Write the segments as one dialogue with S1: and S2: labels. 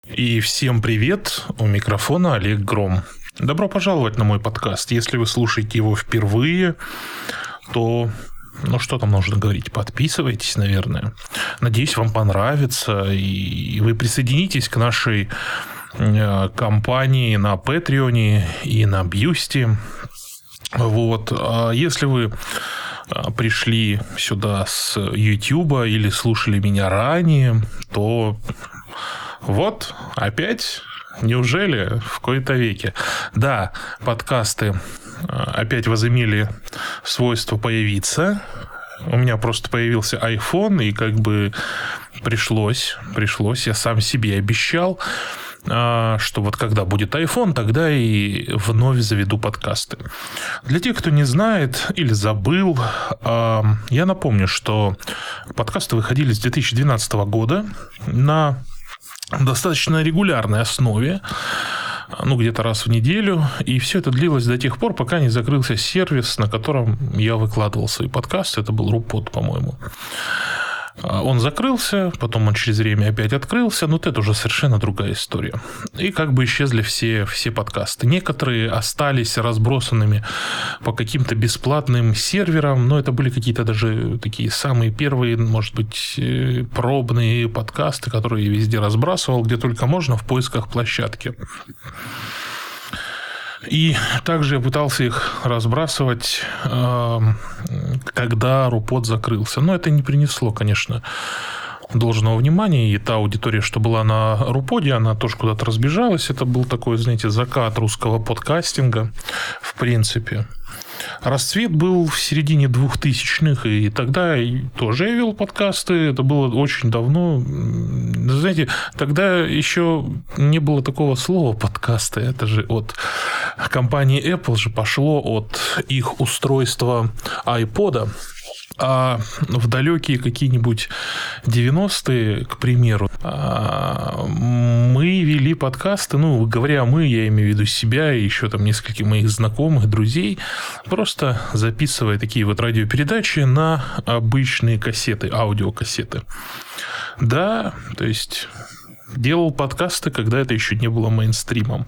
S1: И всем привет, у микрофона Олег Гром. Добро пожаловать на мой подкаст. Если вы слушаете его впервые, то, что там нужно говорить, подписывайтесь, наверное. Надеюсь, вам понравится, и вы присоединитесь к нашей компании на Патреоне и на Бьюсти. Вот. А если вы пришли сюда с Ютуба или слушали меня ранее, то вот опять, неужели в кои-то веке? Да, подкасты опять возымели свойство появиться. У меня просто появился iPhone, и пришлось, я сам себе обещал, что вот когда будет iPhone, тогда и вновь заведу подкасты. Для тех, кто не знает или забыл, я напомню, что подкасты выходили с 2012 года на достаточно регулярной основе, где-то раз в неделю, и все это длилось до тех пор, пока не закрылся сервис, на котором я выкладывал свои подкасты. Это был Рупод, по-моему. Он закрылся, потом он через время опять открылся, но это уже совершенно другая история. И исчезли все подкасты. Некоторые остались разбросанными по каким-то бесплатным серверам, но это были какие-то даже такие самые первые, может быть, пробные подкасты, которые я везде разбрасывал, где только можно, в поисках площадки. И также я пытался их разбрасывать, когда Рупод закрылся. Но это не принесло, конечно, должного внимания. И та аудитория, что была на Руподе, она тоже куда-то разбежалась. Это был такой, закат русского подкастинга, в принципе. Расцвет был в середине 2000-х, и тогда тоже я вел подкасты. Это было очень давно. Тогда еще не было такого слова подкасты. Это же от компании Apple же пошло от их устройства iPod. А в далекие какие-нибудь 90-е, к примеру, мы вели подкасты, говоря мы, я имею в виду себя и еще там нескольких моих знакомых, друзей, просто записывая такие вот радиопередачи на обычные кассеты, аудиокассеты. Да, то есть делал подкасты, когда это еще не было мейнстримом.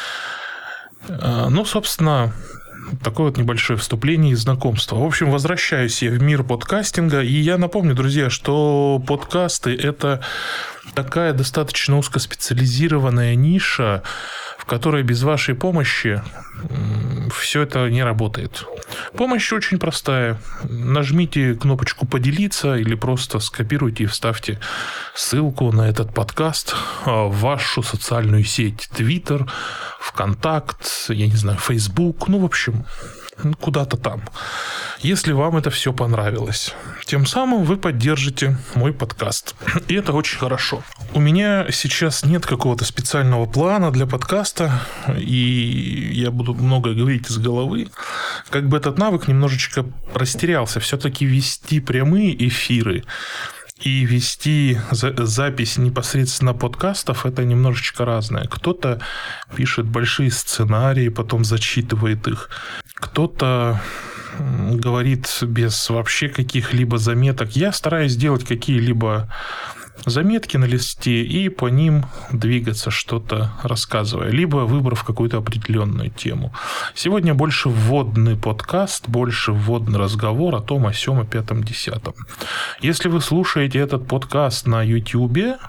S1: Собственно, такое вот небольшое вступление и знакомство. В общем, возвращаюсь я в мир подкастинга. И я напомню, друзья, что подкасты – это такая достаточно узкоспециализированная ниша, в которой без вашей помощи все это не работает. Помощь очень простая. Нажмите кнопочку «Поделиться» или просто скопируйте и вставьте ссылку на этот подкаст в вашу социальную сеть Twitter, ВКонтакт, Facebook, в общем, куда-то там. Если вам это все понравилось. Тем самым вы поддержите мой подкаст. И это очень хорошо. У меня сейчас нет какого-то специального плана для подкаста, и я буду много говорить из головы. Этот навык немножечко растерялся. Все-таки вести прямые эфиры и вести запись непосредственно подкастов – это немножечко разное. Кто-то пишет большие сценарии, потом зачитывает их. Кто-то говорит без вообще каких-либо заметок. Я стараюсь делать какие-либо заметки на листе и по ним двигаться, что-то рассказывая, либо выбрав какую-то определенную тему. Сегодня больше вводный подкаст, больше вводный разговор о том, о сём, о пятом, десятом. Если вы слушаете этот подкаст на YouTube,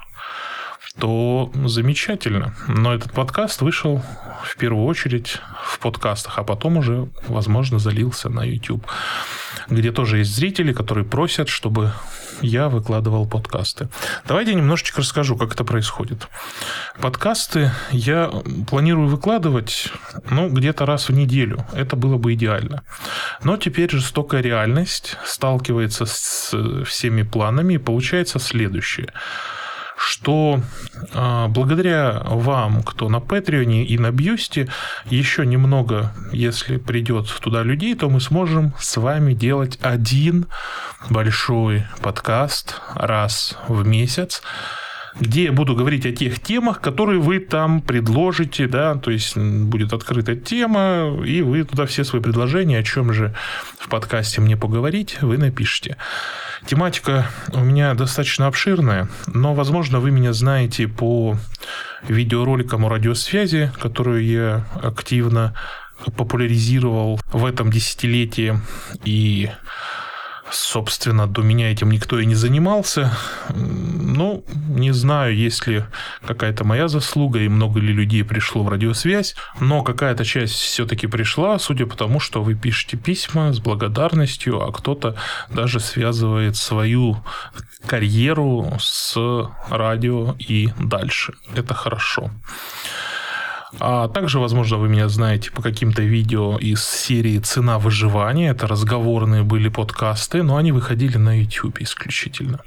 S1: то замечательно. Но этот подкаст вышел в первую очередь в подкастах, а потом уже, возможно, залился на YouTube, где тоже есть зрители, которые просят, чтобы я выкладывал подкасты. Давайте немножечко расскажу, как это происходит. Подкасты я планирую выкладывать, где-то раз в неделю. Это было бы идеально. Но теперь жестокая реальность сталкивается с всеми планами, и получается следующее. Что благодаря вам, кто на Патреоне и на Бьюсти, еще немного, если придет туда людей, то мы сможем с вами делать один большой подкаст раз в месяц, где я буду говорить о тех темах, которые вы там предложите, да, то есть будет открыта тема, и вы туда все свои предложения, о чем же в подкасте мне поговорить, вы напишите. Тематика у меня достаточно обширная, но, возможно, вы меня знаете по видеороликам о радиосвязи, которую я активно популяризировал в этом десятилетии, и, собственно, до меня этим никто и не занимался. Ну, не знаю, есть ли какая-то моя заслуга и много ли людей пришло в радиосвязь, но какая-то часть все-таки пришла, судя по тому, что вы пишете письма с благодарностью, а кто-то даже связывает свою карьеру с радио и дальше. Это хорошо. А также, возможно, вы меня знаете по каким-то видео из серии «Цена выживания». Это разговорные были подкасты, но они выходили на YouTube исключительно.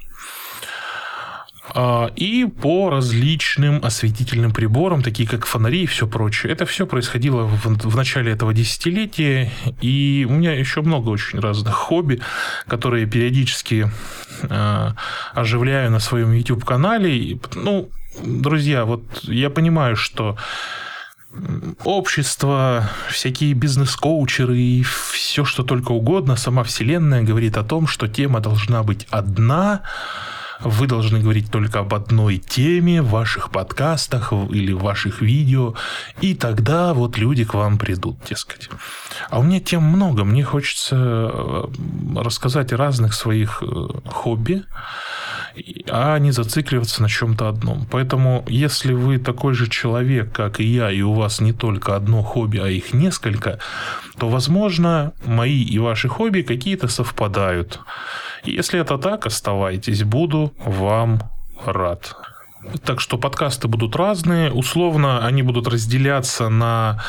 S1: И по различным осветительным приборам, такие как фонари и все прочее. Это все происходило в начале этого десятилетия. И у меня еще много очень разных хобби, которые я периодически оживляю на своем YouTube-канале. Ну, друзья, вот я понимаю, что общество, всякие бизнес-коучеры и все, что только угодно, сама вселенная говорит о том, что тема должна быть одна, вы должны говорить только об одной теме в ваших подкастах или в ваших видео, и тогда вот люди к вам придут, дескать. А у меня тем много, мне хочется рассказать о разных своих хобби, а не зацикливаться на чем-то одном. Поэтому, если вы такой же человек, как и я, и у вас не только одно хобби, а их несколько, то, возможно, мои и ваши хобби какие-то совпадают. И если это так, оставайтесь, буду вам рад. Так что подкасты будут разные. Условно они будут разделяться на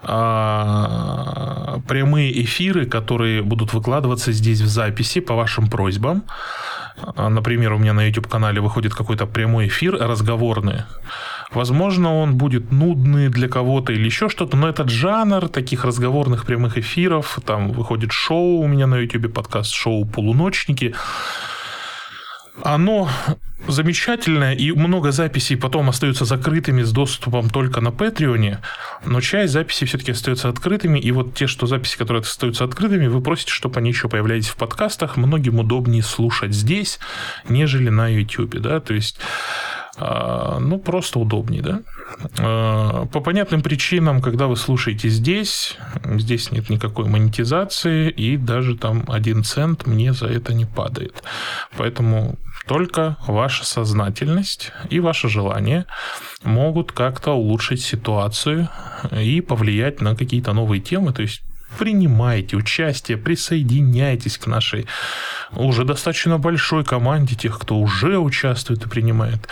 S1: прямые эфиры, которые будут выкладываться здесь в записи по вашим просьбам. Например, у меня на YouTube-канале выходит какой-то прямой эфир разговорный. Возможно, он будет нудный для кого-то или еще что-то, но этот жанр таких разговорных прямых эфиров, там выходит шоу у меня на YouTube, подкаст-шоу «Полуночники». Оно замечательное, и много записей потом остаются закрытыми с доступом только на Patreon, но часть записей все-таки остается открытыми, и вот те, что записи, которые остаются открытыми, вы просите, чтобы они еще появлялись в подкастах. Многим удобнее слушать здесь, нежели на YouTube, да, то есть ну, просто удобнее, да. По понятным причинам, когда вы слушаете здесь нет никакой монетизации, и даже там 1 цент мне за это не падает. Поэтому только ваша сознательность и ваше желание могут как-то улучшить ситуацию и повлиять на какие-то новые темы, то есть принимайте участие, присоединяйтесь к нашей уже достаточно большой команде тех, кто уже участвует и принимает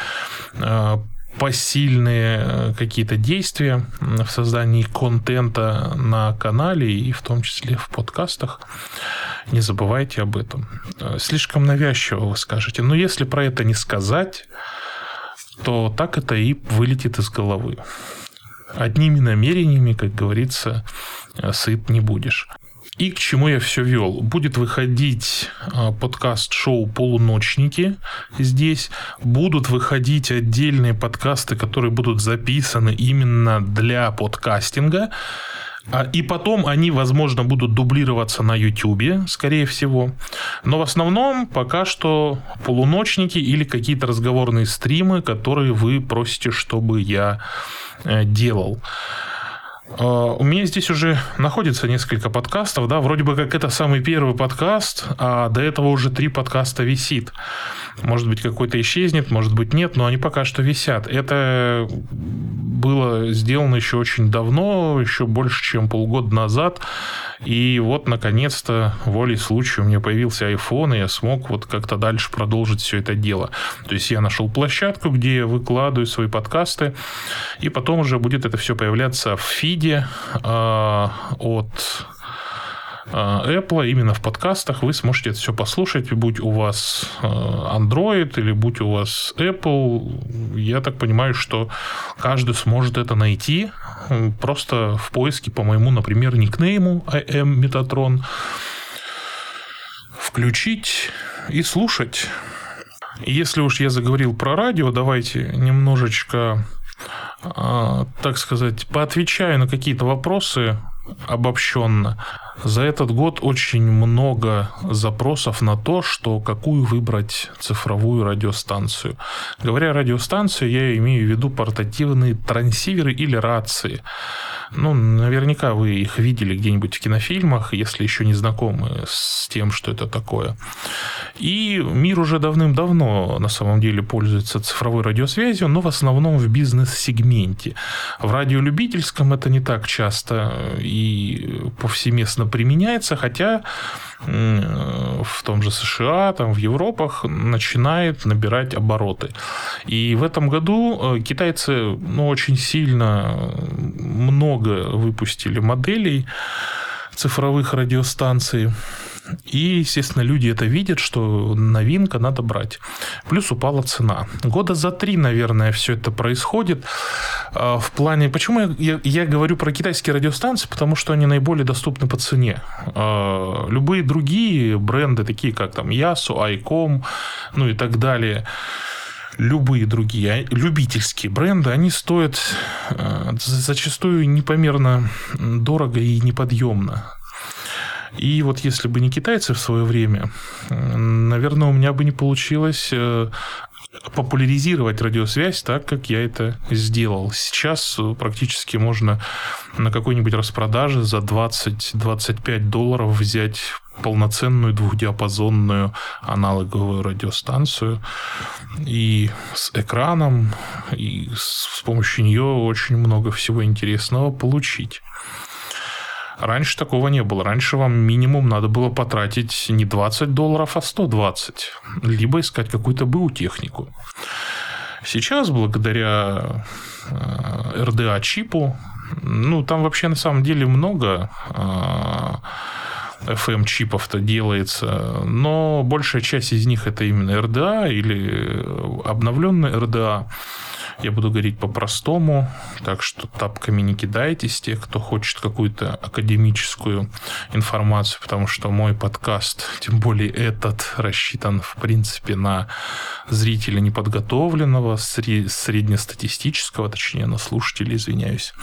S1: посильные какие-то действия в создании контента на канале и в том числе в подкастах. Не забывайте об этом. Слишком навязчиво вы скажете, но если про это не сказать, то так это и вылетит из головы. Одними намерениями, как говорится, сыт не будешь. И к чему я все вел? Будет выходить подкаст-шоу «Полуночники» здесь. Будут выходить отдельные подкасты, которые будут записаны именно для подкастинга. И потом они, возможно, будут дублироваться на YouTube, скорее всего. Но в основном пока что полуночники или какие-то разговорные стримы, которые вы просите, чтобы я делал. У меня здесь уже находится несколько подкастов, да, вроде бы как это самый первый подкаст, а до этого уже 3 подкаста висит. Может быть, какой-то исчезнет, может быть, нет, но они пока что висят. Это было сделано еще очень давно, еще больше, чем полгода назад. И вот, наконец-то, волей случая у меня появился iPhone, и я смог вот как-то дальше продолжить все это дело. То есть я нашел площадку, где я выкладываю свои подкасты, и потом уже будет это все появляться в фиде от Apple, именно в подкастах. Вы сможете это все послушать, будь у вас Android или будь у вас Apple. Я так понимаю, что каждый сможет это найти просто в поиске по моему, например, никнейму IM Metatron, включить и слушать. Если уж я заговорил про радио, давайте немножечко, так сказать, поотвечаю на какие-то вопросы обобщенно. За этот год очень много запросов на то, что какую выбрать цифровую радиостанцию. Говоря радиостанцию, я имею в виду портативные трансиверы или рации. Ну, наверняка вы их видели где-нибудь в кинофильмах, если еще не знакомы с тем, что это такое. И мир уже давным-давно на самом деле пользуется цифровой радиосвязью, но в основном в бизнес-сегменте. В радиолюбительском это не так часто и повсеместно применяется, хотя в том же США, там, в Европах начинает набирать обороты. И в этом году китайцы очень сильно много выпустили моделей цифровых радиостанций. И, естественно, люди это видят, что новинка, надо брать. Плюс упала цена. Года за 3, наверное, все это происходит. В плане... Почему я говорю про китайские радиостанции? Потому что они наиболее доступны по цене. Любые другие бренды, такие как там Yasu, iCom, ну и так далее, любые другие любительские бренды, они стоят зачастую непомерно дорого и неподъемно. И вот если бы не китайцы в свое время, наверное, у меня бы не получилось популяризировать радиосвязь так, как я это сделал. Сейчас практически можно на какой-нибудь распродаже за $20-25 взять полноценную двухдиапазонную аналоговую радиостанцию и с экраном, и с помощью нее очень много всего интересного получить. Раньше такого не было. Раньше вам минимум надо было потратить не $20, а 120. Либо искать какую-то БУ технику. Сейчас, благодаря RDA-чипу, там вообще на самом деле много FM-чипов-то делается, но большая часть из них это именно RDA или обновленный RDA. Я буду говорить по-простому, так что тапками не кидайтесь, те, кто хочет какую-то академическую информацию, потому что мой подкаст, тем более этот, рассчитан, в принципе, на зрителя неподготовленного, среднестатистического, точнее, на слушателя, извиняюсь.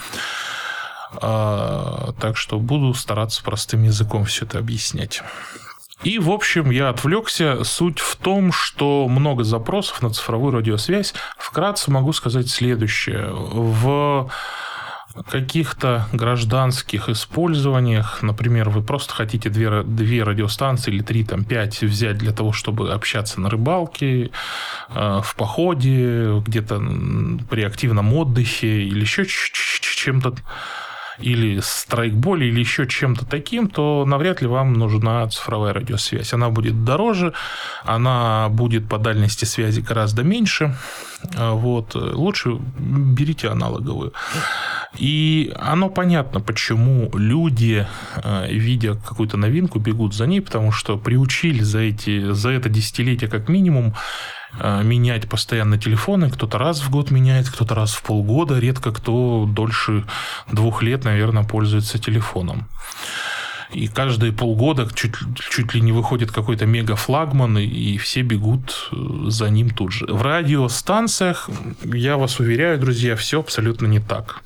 S1: Так что буду стараться простым языком все это объяснять. И, в общем, я отвлекся. Суть в том, что много запросов на цифровую радиосвязь. Вкратце могу сказать следующее. В каких-то гражданских использованиях, например, вы просто хотите две радиостанции или 3, 5 взять для того, чтобы общаться на рыбалке, в походе, где-то при активном отдыхе или еще чем-то, или страйкболе, или еще чем-то таким, то навряд ли вам нужна цифровая радиосвязь. Она будет дороже, она будет по дальности связи гораздо меньше. Вот. Лучше берите аналоговую. И оно понятно, почему люди, видя какую-то новинку, бегут за ней, потому что приучили за это десятилетие как минимум менять постоянно телефоны. Кто-то раз в год меняет, кто-то раз в полгода. Редко кто дольше 2 лет, наверное, пользуется телефоном. И каждые полгода чуть ли не выходит какой-то мега-флагман, и все бегут за ним тут же. В радиостанциях, я вас уверяю, друзья, все абсолютно не так.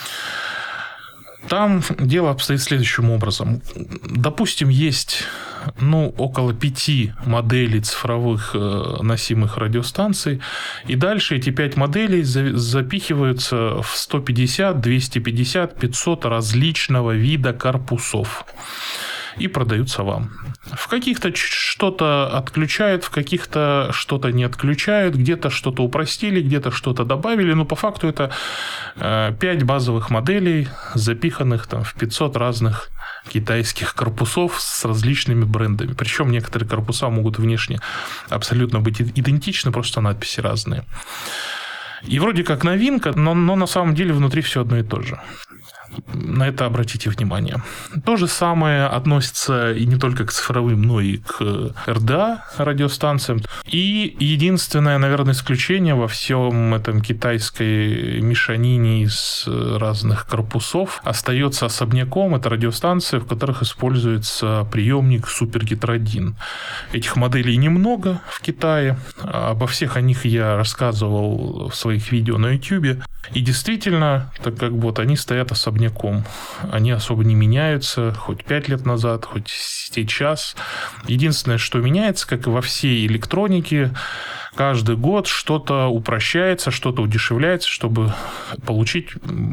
S1: Там дело обстоит следующим образом. Допустим, есть около 5 моделей цифровых носимых радиостанций, и дальше эти 5 моделей запихиваются в 150, 250, 500 различного вида корпусов и продаются вам. В каких-то что-то отключают, в каких-то что-то не отключают, где-то что-то упростили, где-то что-то добавили, но по факту это 5 базовых моделей, запиханных в 500 разных китайских корпусов с различными брендами. Причем некоторые корпуса могут внешне абсолютно быть идентичны, просто надписи разные. И вроде как новинка, но на самом деле внутри все одно и то же. на это обратите внимание. То же самое относится и не только к цифровым, но и к РДА радиостанциям. И единственное, наверное, исключение во всем этом китайской мешанине из разных корпусов остается особняком. Это радиостанции, в которых используется приемник супергидродин. Этих моделей немного в Китае. Обо всех о них я рассказывал в своих видео на YouTube. И действительно, так как вот они стоят особняком. Они особо не меняются, хоть 5 лет назад, хоть сейчас. Единственное, что меняется, как и во всей электронике, каждый год что-то упрощается, что-то удешевляется, чтобы получить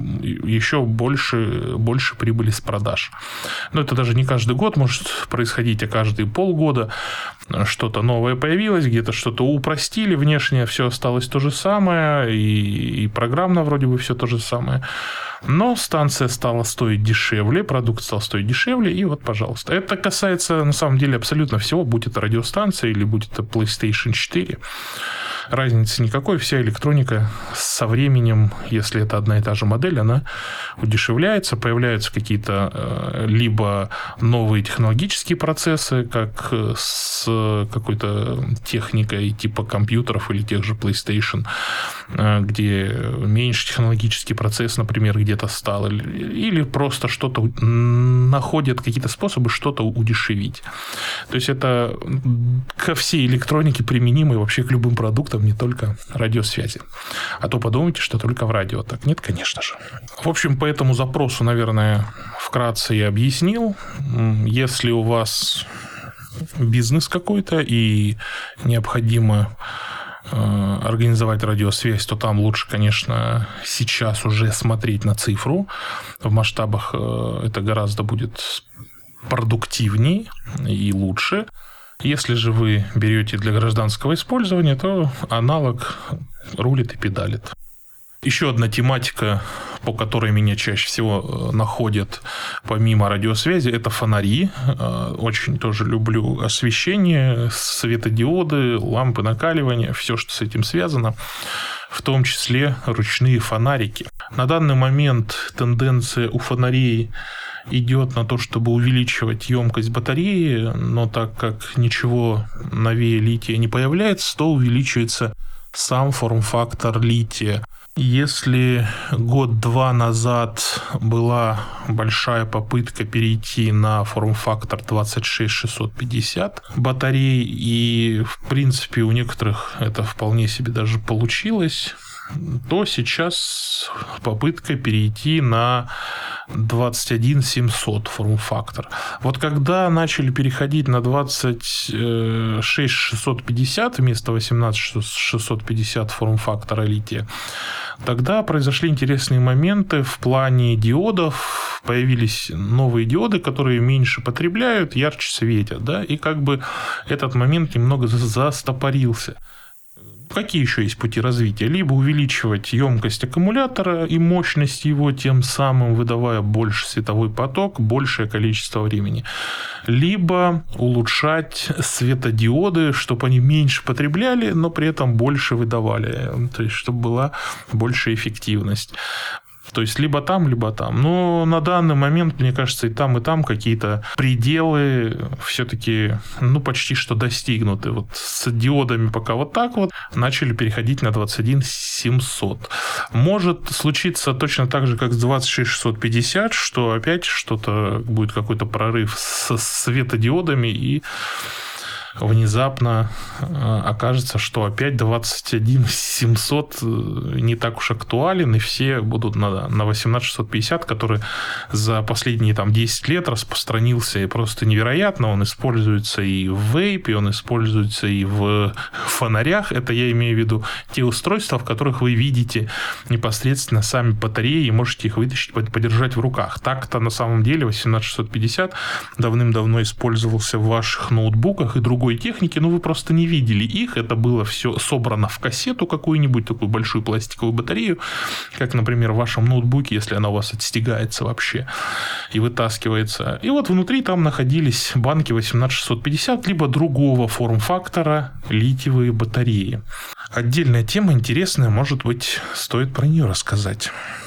S1: еще больше прибыли с продаж. Но это даже не каждый год может происходить, а каждые полгода что-то новое появилось, где-то что-то упростили, внешне все осталось то же самое, и программно вроде бы все то же самое. Но станция стала стоить дешевле, продукт стал стоить дешевле, и вот, пожалуйста. Это касается, на самом деле, абсолютно всего, будь это радиостанция или будь это PlayStation 4. Разницы никакой, вся электроника со временем, если это одна и та же модель, она удешевляется, появляются какие-то либо новые технологические процессы, как с какой-то техникой типа компьютеров или тех же PlayStation, где меньше технологический процесс, например, где-то стал, или просто что-то находят, какие-то способы что-то удешевить. То есть это ко всей электронике применимо и вообще к любым продуктам, не только радиосвязи. А то подумайте, что только в радио. Так нет, конечно же. В общем, по этому запросу, наверное, вкратце я объяснил. Если у вас бизнес какой-то и необходимо организовать радиосвязь, то там лучше, конечно, сейчас уже смотреть на цифру. В масштабах это гораздо будет продуктивнее и лучше. Если же вы берете для гражданского использования, то аналог рулит и педалит. Еще одна тематика, по которой меня чаще всего находят помимо радиосвязи, это фонари. Очень тоже люблю освещение, светодиоды, лампы накаливания, все, что с этим связано, в том числе ручные фонарики. На данный момент тенденция у фонарей идет на то, чтобы увеличивать емкость батареи, но так как ничего новее лития не появляется, то увеличивается сам форм-фактор лития. Если год-два назад была большая попытка перейти на форм-фактор 26650 батарей, и в принципе у некоторых это вполне себе даже получилось, то сейчас попытка перейти на 21700 форм-фактор. Вот когда начали переходить на 26650 вместо 18650 форм-фактора лития, тогда произошли интересные моменты в плане диодов. Появились новые диоды, которые меньше потребляют, ярче светят, да, и как бы этот момент немного застопорился. Какие еще есть пути развития? Либо увеличивать емкость аккумулятора и мощность его, тем самым выдавая больше световой поток, большее количество времени. Либо улучшать светодиоды, чтобы они меньше потребляли, но при этом больше выдавали. То есть, чтобы была большая эффективность. То есть, либо там, либо там. Но на данный момент, мне кажется, и там какие-то пределы все-таки, почти что достигнуты. Вот с диодами пока вот так вот начали переходить на 21700. Может случиться точно так же, как с 26650, что опять что-то будет, какой-то прорыв со светодиодами, и внезапно окажется, что опять 21700 не так уж актуален, и все будут на 18650, который за последние 10 лет распространился и просто невероятно. Он используется и в вейпе, он используется и в фонарях. Это я имею в виду те устройства, в которых вы видите непосредственно сами батареи и можете их вытащить, подержать в руках. Так-то на самом деле 18650 давным-давно использовался в ваших ноутбуках и другой техники, но вы просто не видели их. Это было все собрано в кассету какую-нибудь, такую большую пластиковую батарею, как, например, в вашем ноутбуке, если она у вас отстегается вообще и вытаскивается. И вот внутри там находились банки 18650, либо другого форм-фактора литиевые батареи. Отдельная тема интересная, может быть, стоит про нее рассказать.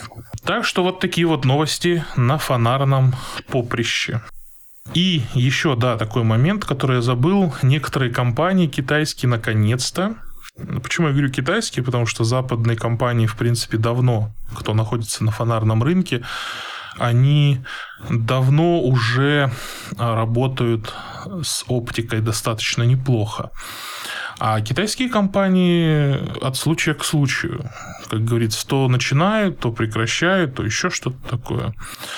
S1: Так что вот такие вот новости на фонарном поприще. И еще, да, такой момент, который я забыл. Некоторые компании китайские наконец-то. Почему я говорю китайские? Потому что западные компании, в принципе, давно, кто находится на фонарном рынке, они давно уже работают с оптикой достаточно неплохо. А китайские компании от случая к случаю. Как говорится, то начинают, то прекращают, то еще что-то такое.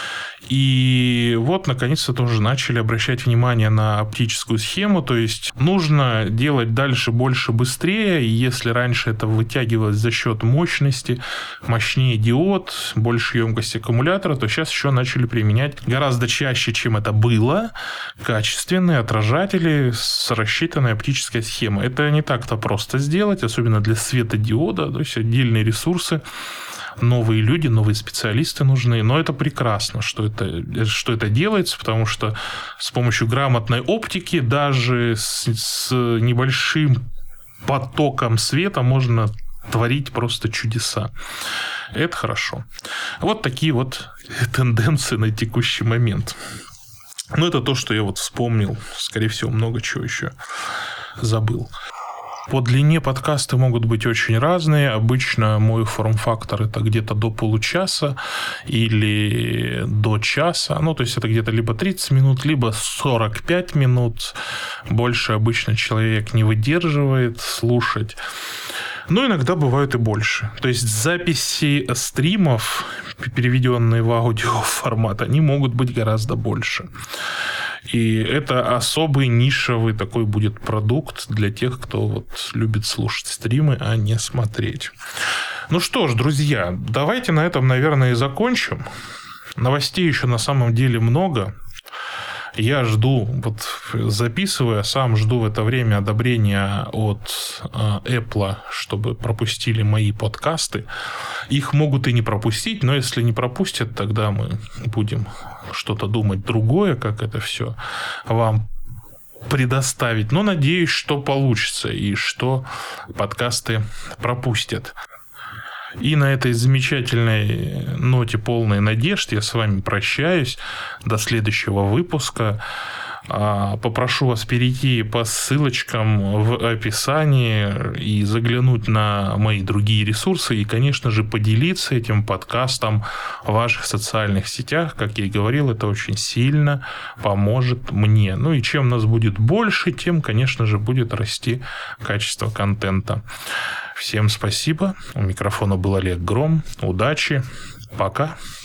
S1: И вот, наконец-то, тоже начали обращать внимание на оптическую схему. То есть, нужно делать дальше больше, быстрее. И если раньше это вытягивалось за счет мощности, мощнее диод, больше емкости аккумулятора, то сейчас еще начали применять гораздо чаще, чем это было, качественные отражатели с рассчитанной оптической схемой. Это не так-то просто сделать, особенно для светодиода. То есть, отдельные ресурсы. Новые люди, новые специалисты нужны. Но это прекрасно, что это делается, потому что с помощью грамотной оптики даже с небольшим потоком света можно творить просто чудеса. Это хорошо. Вот такие вот тенденции на текущий момент. Ну, это то, что я вот вспомнил. Скорее всего, много чего еще забыл. По длине подкасты могут быть очень разные. Обычно мой форм-фактор это где-то до получаса или до часа. Ну, то есть, это где-то либо 30 минут, либо 45 минут. Больше обычно человек не выдерживает слушать. Но иногда бывают и больше. То есть, записи стримов, переведенные в аудиоформат, они могут быть гораздо больше. И это особый нишевый такой будет продукт для тех, кто вот любит слушать стримы, а не смотреть. Ну что ж, друзья, давайте на этом, наверное, и закончим. Новостей еще на самом деле много. Я жду, вот записывая, сам жду в это время одобрения от Apple, чтобы пропустили мои подкасты. Их могут и не пропустить, но если не пропустят, тогда мы будем что-то думать другое, как это все вам предоставить. Но надеюсь, что получится и что подкасты пропустят. И на этой замечательной ноте полной надежд я с вами прощаюсь. До следующего выпуска. Попрошу вас перейти по ссылочкам в описании и заглянуть на мои другие ресурсы. И, конечно же, поделиться этим подкастом в ваших социальных сетях. Как я и говорил, это очень сильно поможет мне. Ну и чем нас будет больше, тем, конечно же, будет расти качество контента. Всем спасибо. У микрофона был Олег Гром. Удачи. Пока.